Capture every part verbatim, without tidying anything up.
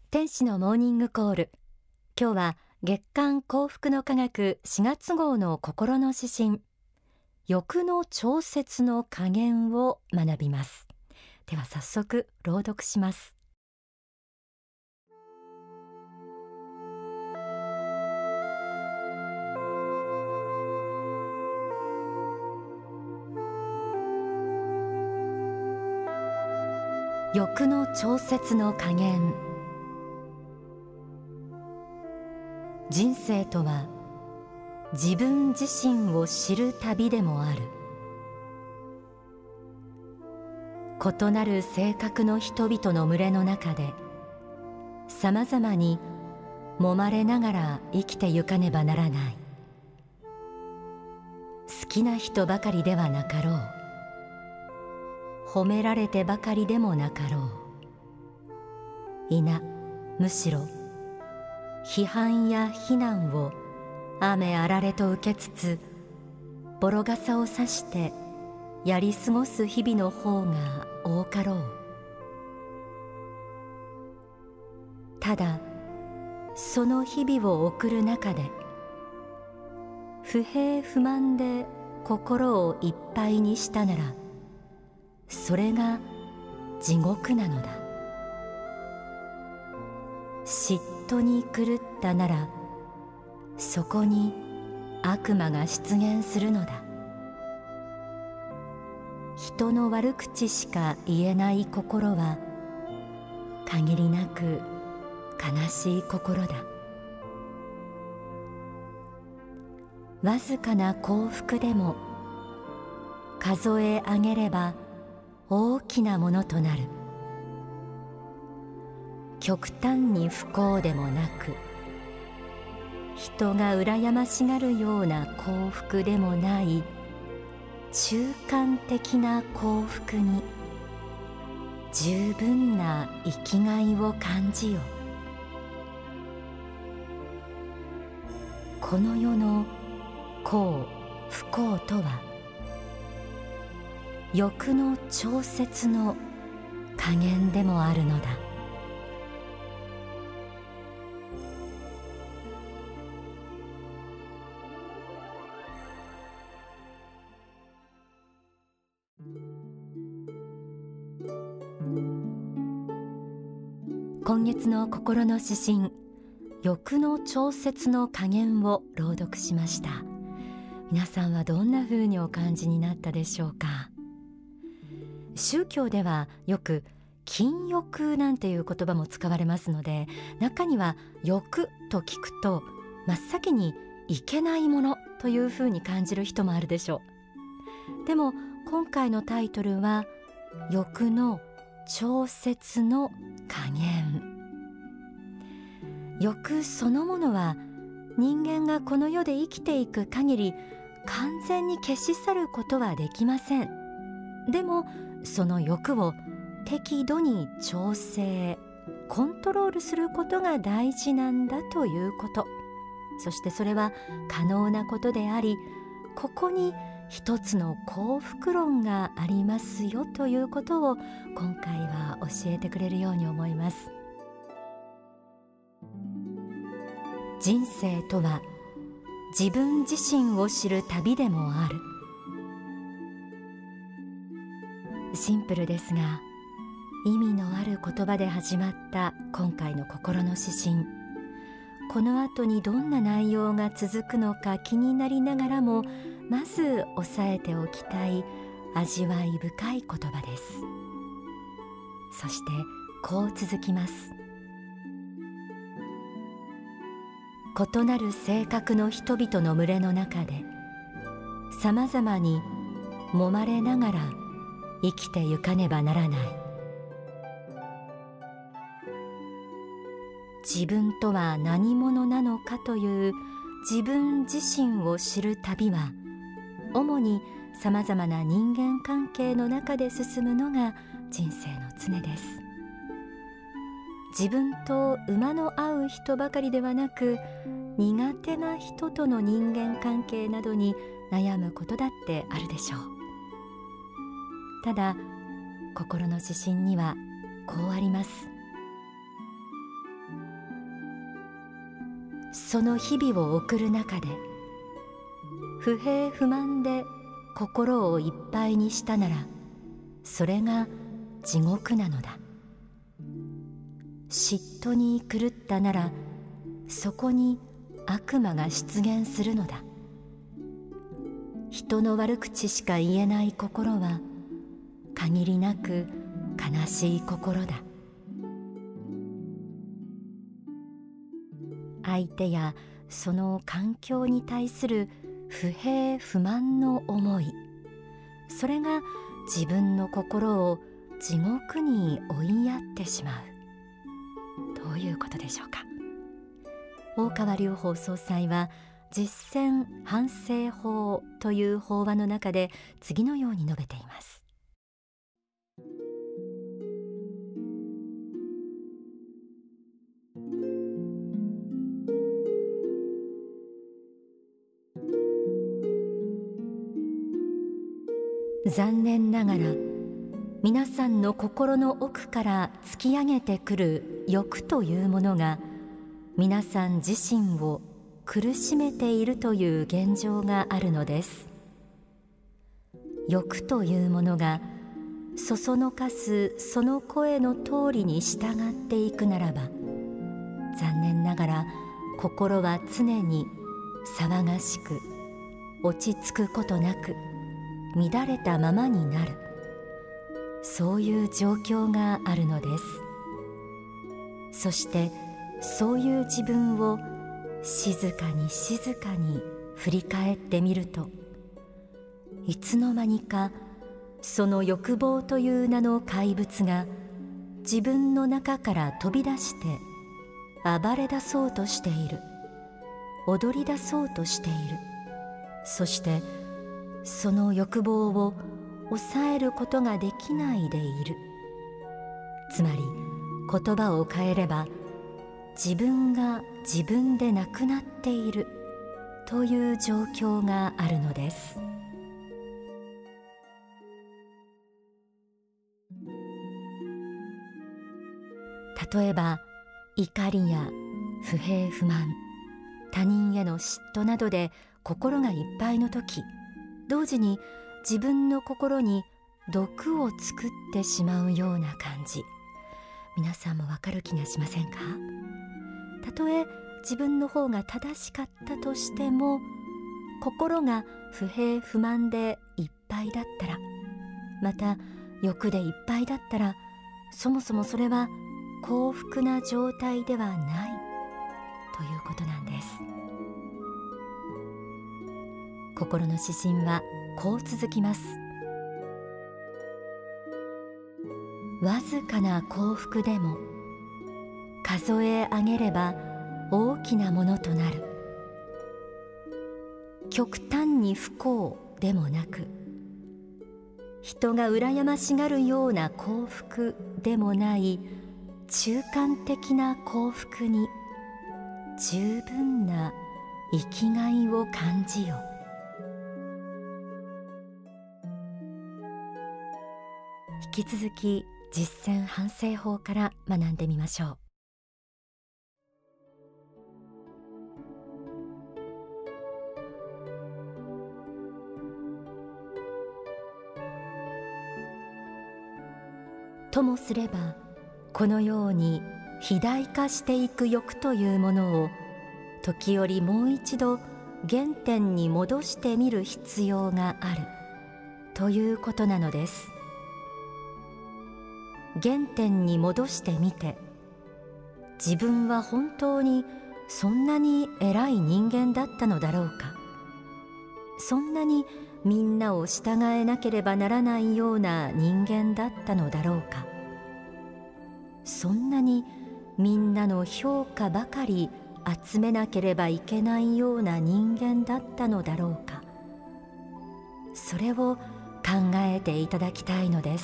天使のモーニングコール。今日は月刊幸福の科学しがつ号の心の指針、欲の調節の加減を学びます。では早速朗読します。欲の調節の加減。人生とは自分自身を知る旅でもある。異なる性格の人々の群れの中でさまざまに揉まれながら生きてゆかねばならない。好きな人ばかりではなかろう。褒められてばかりでもなかろう。いな、むしろ批判や非難を雨あられと受けつつ、ボロ傘をさしてやり過ごす日々の方が多かろう。ただその日々を送る中で、不平不満で心をいっぱいにしたなら、それが地獄なのだ。嫉妬に狂ったなら、そこに悪魔が出現するのだ。人の悪口しか言えない心は限りなく悲しい心だ。わずかな幸福でも数え上げれば大きなものとなる。極端に不幸でもなく、人が羨ましがるような幸福でもない中間的な幸福に十分な生きがいを感じよ。この世の幸不幸とは、欲の調節の加減でもあるのだ。今月の心の指針、欲の調節の加減を朗読しました。皆さんはどんな風にお感じになったでしょうか。宗教ではよく禁欲なんていう言葉も使われますので、中には欲と聞くと真っ先にいけないものという風に感じる人もあるでしょう。でも今回のタイトルは欲の調節の加減。欲そのものは人間がこの世で生きていく限り完全に消し去ることはできません。でもその欲を適度に調整、コントロールすることが大事なんだということ、そしてそれは可能なことであり、ここに一つの幸福論がありますよということを今回は教えてくれるように思います。人生とは自分自身を知る旅でもある。シンプルですが意味のある言葉で始まった今回の心の指針。この後にどんな内容が続くのか気になりながらも、まず押さえておきたい味わい深い言葉です。そしてこう続きます。異なる性格の人々の群れの中でさまざまに揉まれながら生きてゆかねばならない。自分とは何者なのかという自分自身を知る旅は、主にさまざまな人間関係の中で進むのが人生の常です。自分と馬の合う人ばかりではなく、苦手な人との人間関係などに悩むことだってあるでしょう。ただ心の指針にはこうあります。 その日々を送る中で不平不満で心をいっぱいにしたなら、それが地獄なのだ。嫉妬に狂ったなら、そこに悪魔が出現するのだ。人の悪口しか言えない心は限りなく悲しい心だ。相手やその環境に対する不平不満の思い、それが自分の心を地獄に追いやってしまう。どういうことでしょうか。大川隆法総裁は実践反省法という法話の中で次のように述べています。残念ながら皆さんの心の奥から突き上げてくる欲というものが皆さん自身を苦しめているという現状があるのです。欲というものがそそのかすその声の通りに従っていくならば、残念ながら心は常に騒がしく落ち着くことなく乱れたままになる、そういう状況があるのです。そしてそういう自分を静かに静かに振り返ってみると、いつの間にかその欲望という名の怪物が自分の中から飛び出して暴れ出そうとしている、踊り出そうとしている。そしてその欲望を抑えることができないでいる。つまり言葉を変えれば、自分が自分でなくなっているという状況があるのです。例えば怒りや不平不満、他人への嫉妬などで心がいっぱいの時、同時に自分の心に毒を作ってしまうような感じ、皆さんもわかる気がしませんか。たとえ自分の方が正しかったとしても、心が不平不満でいっぱいだったら、また欲でいっぱいだったら、そもそもそれは幸福な状態ではないということなんです。心の指針はこう続きます。わずかな幸福でも数え上げれば大きなものとなる。極端に不幸でもなく、人が羨ましがるような幸福でもない中間的な幸福に十分な生きがいを感じよ。引き続き実践反省法から学んでみましょう。ともすれば、このように肥大化していく欲というものを時折もう一度原点に戻してみる必要があるということなのです。原点に戻してみて、自分は本当にそんなに偉い人間だったのだろうか、そんなにみんなを従えなければならないような人間だったのだろうか、そんなにみんなの評価ばかり集めなければいけないような人間だったのだろうか、それを考えていただきたいのです。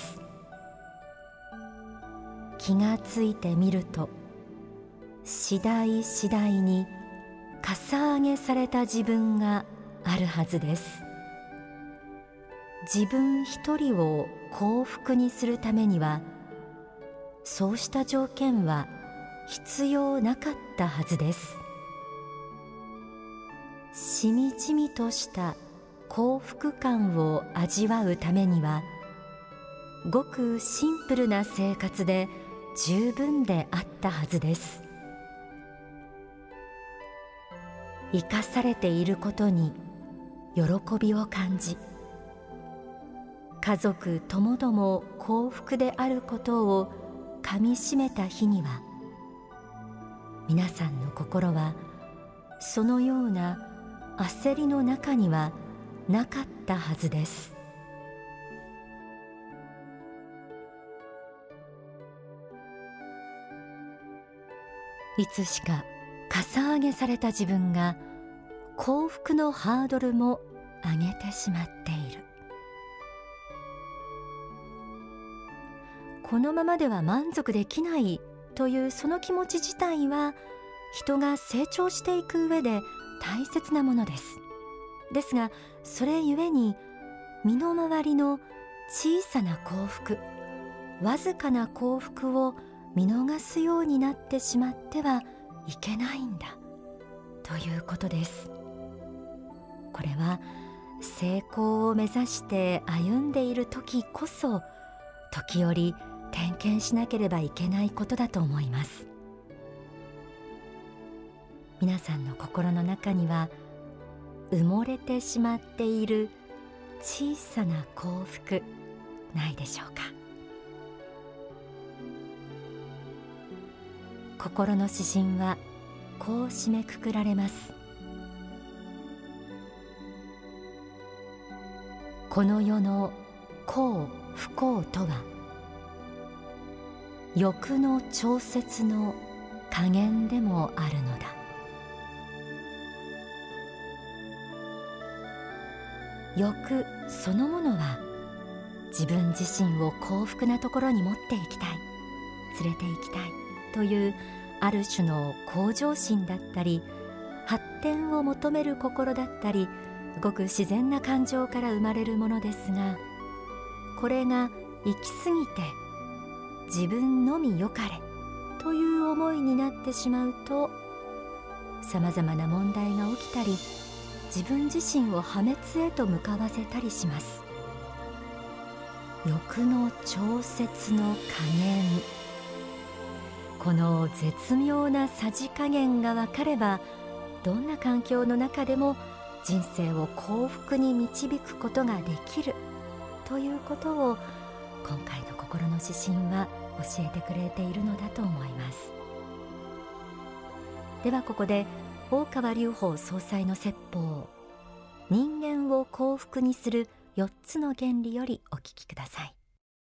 気がついてみると、次第次第にかさ上げされた自分があるはずです。自分一人を幸福にするためには、そうした条件は必要なかったはずです。 しみじみとした幸福感を味わうためには、ごくシンプルな生活で十分であったはずです。生かされていることに喜びを感じ、家族ともども幸福であることをかみしめた日には、皆さんの心はそのような焦りの中にはなかったはずです。いつしかかさ上げされた自分が幸福のハードルも上げてしまっている。このままでは満足できないというその気持ち自体は、人が成長していく上で大切なものです。ですが、それゆえに身の回りの小さな幸福、わずかな幸福を見逃すようになってしまってはいけないんだということです。これは成功を目指して歩んでいる時こそ、時折点検しなければいけないことだと思います。皆さんの心の中には埋もれてしまっている小さな幸福ないでしょうか。心の指針はこう締めくくられます。この世の幸不幸とは、欲の調節の加減でもあるのだ。欲そのものは自分自身を幸福なところに持っていきたい、連れて行きたいというある種の向上心だったり、発展を求める心だったり、ごく自然な感情から生まれるものですが、これが行き過ぎて自分のみよかれという思いになってしまうと、さまざまな問題が起きたり、自分自身を破滅へと向かわせたりします。欲の調節の加減、この絶妙なさじ加減が分かれば、どんな環境の中でも人生を幸福に導くことができるということを、今回の心の指針は教えてくれているのだと思います。ではここで大川隆法総裁の説法、人間を幸福にするよっつの原理よりお聞きください。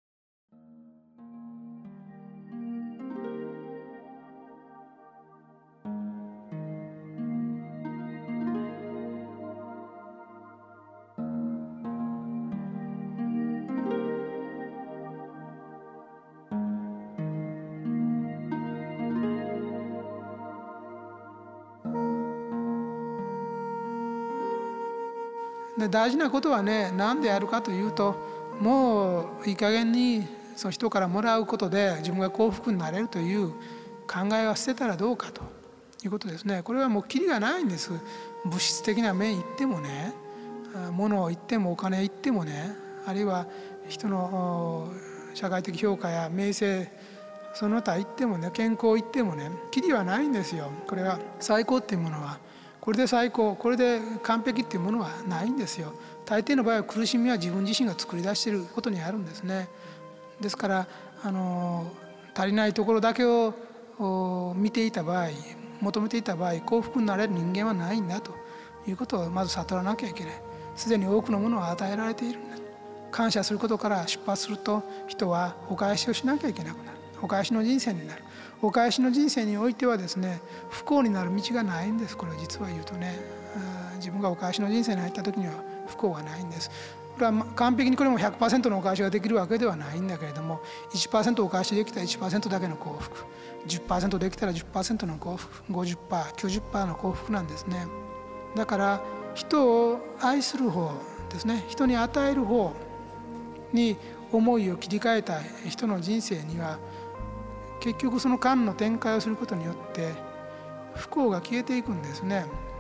で大事なことはね、何であるかというと、もういい加減にその人からもらうことで自分が幸福になれるという考えは捨てたらどうかということですね。これはもうキリがないんです。物質的な面言ってもね、物を言ってもお金言ってもね、あるいは人の社会的評価や名声その他言ってもね、健康言ってもね、キリはないんですよ。これは最高っていうものは、これで最高、これで完璧っていうものはないんですよ。大抵の場合は苦しみは自分自身が作り出していることにあるんですね。ですからあの足りないところだけを見ていた場合、求めていた場合、幸福になれる人間はないんだということをまず悟らなきゃいけない。すでに多くのものを与えられているんだ。感謝することから出発すると、人はお返しをしなきゃいけなくなる。お返しの人生になる。お返しの人生においてはですね、不幸になる道がないんです。これは実は言うとね、自分がお返しの人生に入った時には不幸はないんです。これは完璧にこれも ひゃくパーセント のお返しができるわけではないんだけれども、 いちパーセント お返しできたら いちパーセント だけの幸福、 じゅっパーセント できたら じゅっパーセント の幸福、 ごじゅっパーセント、きゅうじゅっパーセント の幸福なんですね。だから人を愛する方ですね、人に与える方に思いを切り替えた人の人生には、結局その間の展開をすることによって不幸が消えていくんですね。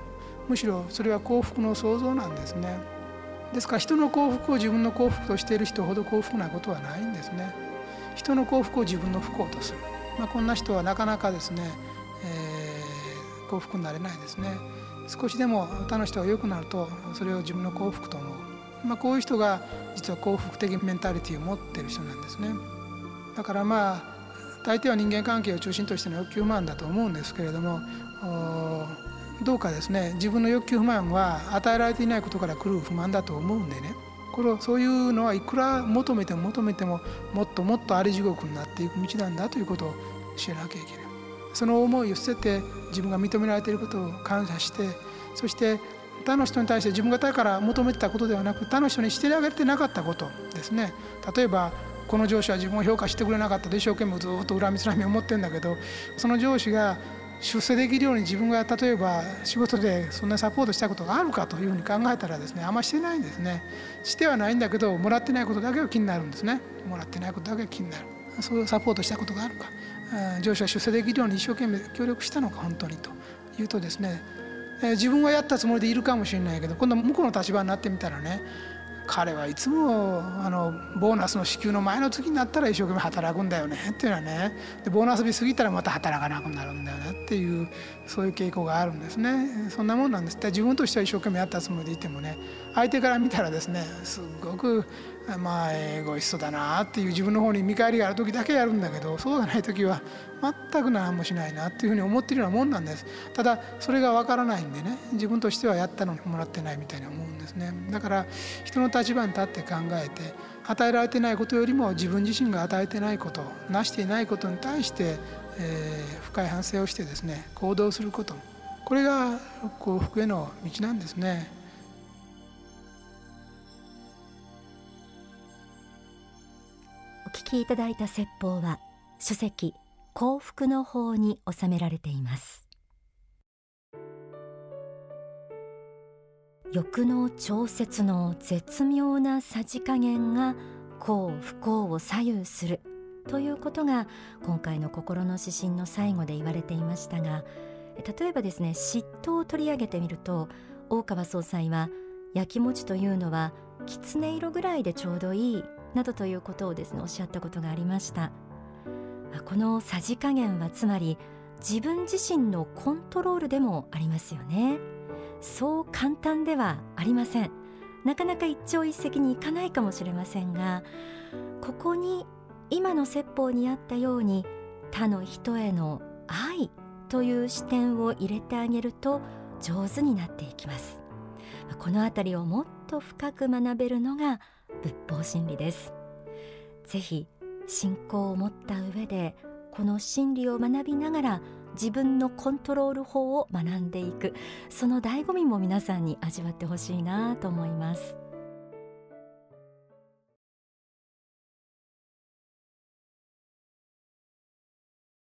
むしろそれは幸福の創造なんですね。ですから人の幸福を自分の幸福としている人ほど幸福なことはないんですね。人の幸福を自分の不幸とする、まあ、こんな人はなかなかですね、えー、幸福になれないですね。少しでも他の人が良くなるとそれを自分の幸福と思う、まあ、こういう人が実は幸福的メンタリティを持っている人なんですね。だからまあ大抵は人間関係を中心としての欲求不満だと思うんですけれども、どうかですね、自分の欲求不満は与えられていないことから来る不満だと思うんでね、これをそういうのはいくら求めても求めてももっともっとあり地獄になっていく道なんだということを知らなきゃいけない。その思いを捨てて自分が認められていることを感謝して、そして他の人に対して自分が他から求めてたことではなく他の人にしてあげてなかったことですね。例えばこの上司は自分を評価してくれなかったで一生懸命ずっと恨みつらみを持ってるんだけど、その上司が出世できるように自分が例えば仕事でそんなサポートしたことがあるかというふうに考えたらですね、あんまりしてないんですね。してはないんだけどもらってないことだけは気になるんですね。もらってないことだけは気になる。そういうサポートしたことがあるか、上司は出世できるように一生懸命協力したのか本当にというとですね、自分はやったつもりでいるかもしれないけど、今度向こうの立場になってみたらね、彼はいつもあのボーナスの支給の前の月になったら一生懸命働くんだよねっていうのはね、でボーナス日過ぎたらまた働かなくなるんだよねっていう、そういう傾向があるんですね。そんなもんなんです。自分としては一生懸命やったつもりでいてもね、相手から見たらですね、すごくまあエゴイストだなっていう自分の方に見返りがある時だけやるんだけど、そうじゃない時は全く何もしないなっていうふうに思っているようなもんなんです。ただそれがわからないんでね、自分としてはやったのにもらってないみたいに思うんですね。だから人の立場に立って考えて、与えられてないことよりも自分自身が与えてないこと、成していないことに対して、えー、深い反省をしてですね行動すること、これが幸福への道なんですね。 お聞きいただいた説法は書籍幸福の法に収められています。欲の調節の絶妙なさじ加減が幸不幸を左右するということが今回の心の指針の最後で言われていましたが、例えばですね、嫉妬を取り上げてみると、大川総裁はやきもちというのは狐色ぐらいでちょうどいいなどということをですねおっしゃったことがありました。このさじ加減はつまり自分自身のコントロールでもありますよね。そう簡単ではありません。なかなか一朝一夕にいかないかもしれませんが、ここに今の説法にあったように他の人への愛という視点を入れてあげると上手になっていきます。このあたりをもっと深く学べるのが仏法真理です。ぜひ信仰を持った上でこの真理を学びながら自分のコントロール法を学んでいく、その醍醐味も皆さんに味わってほしいなと思います。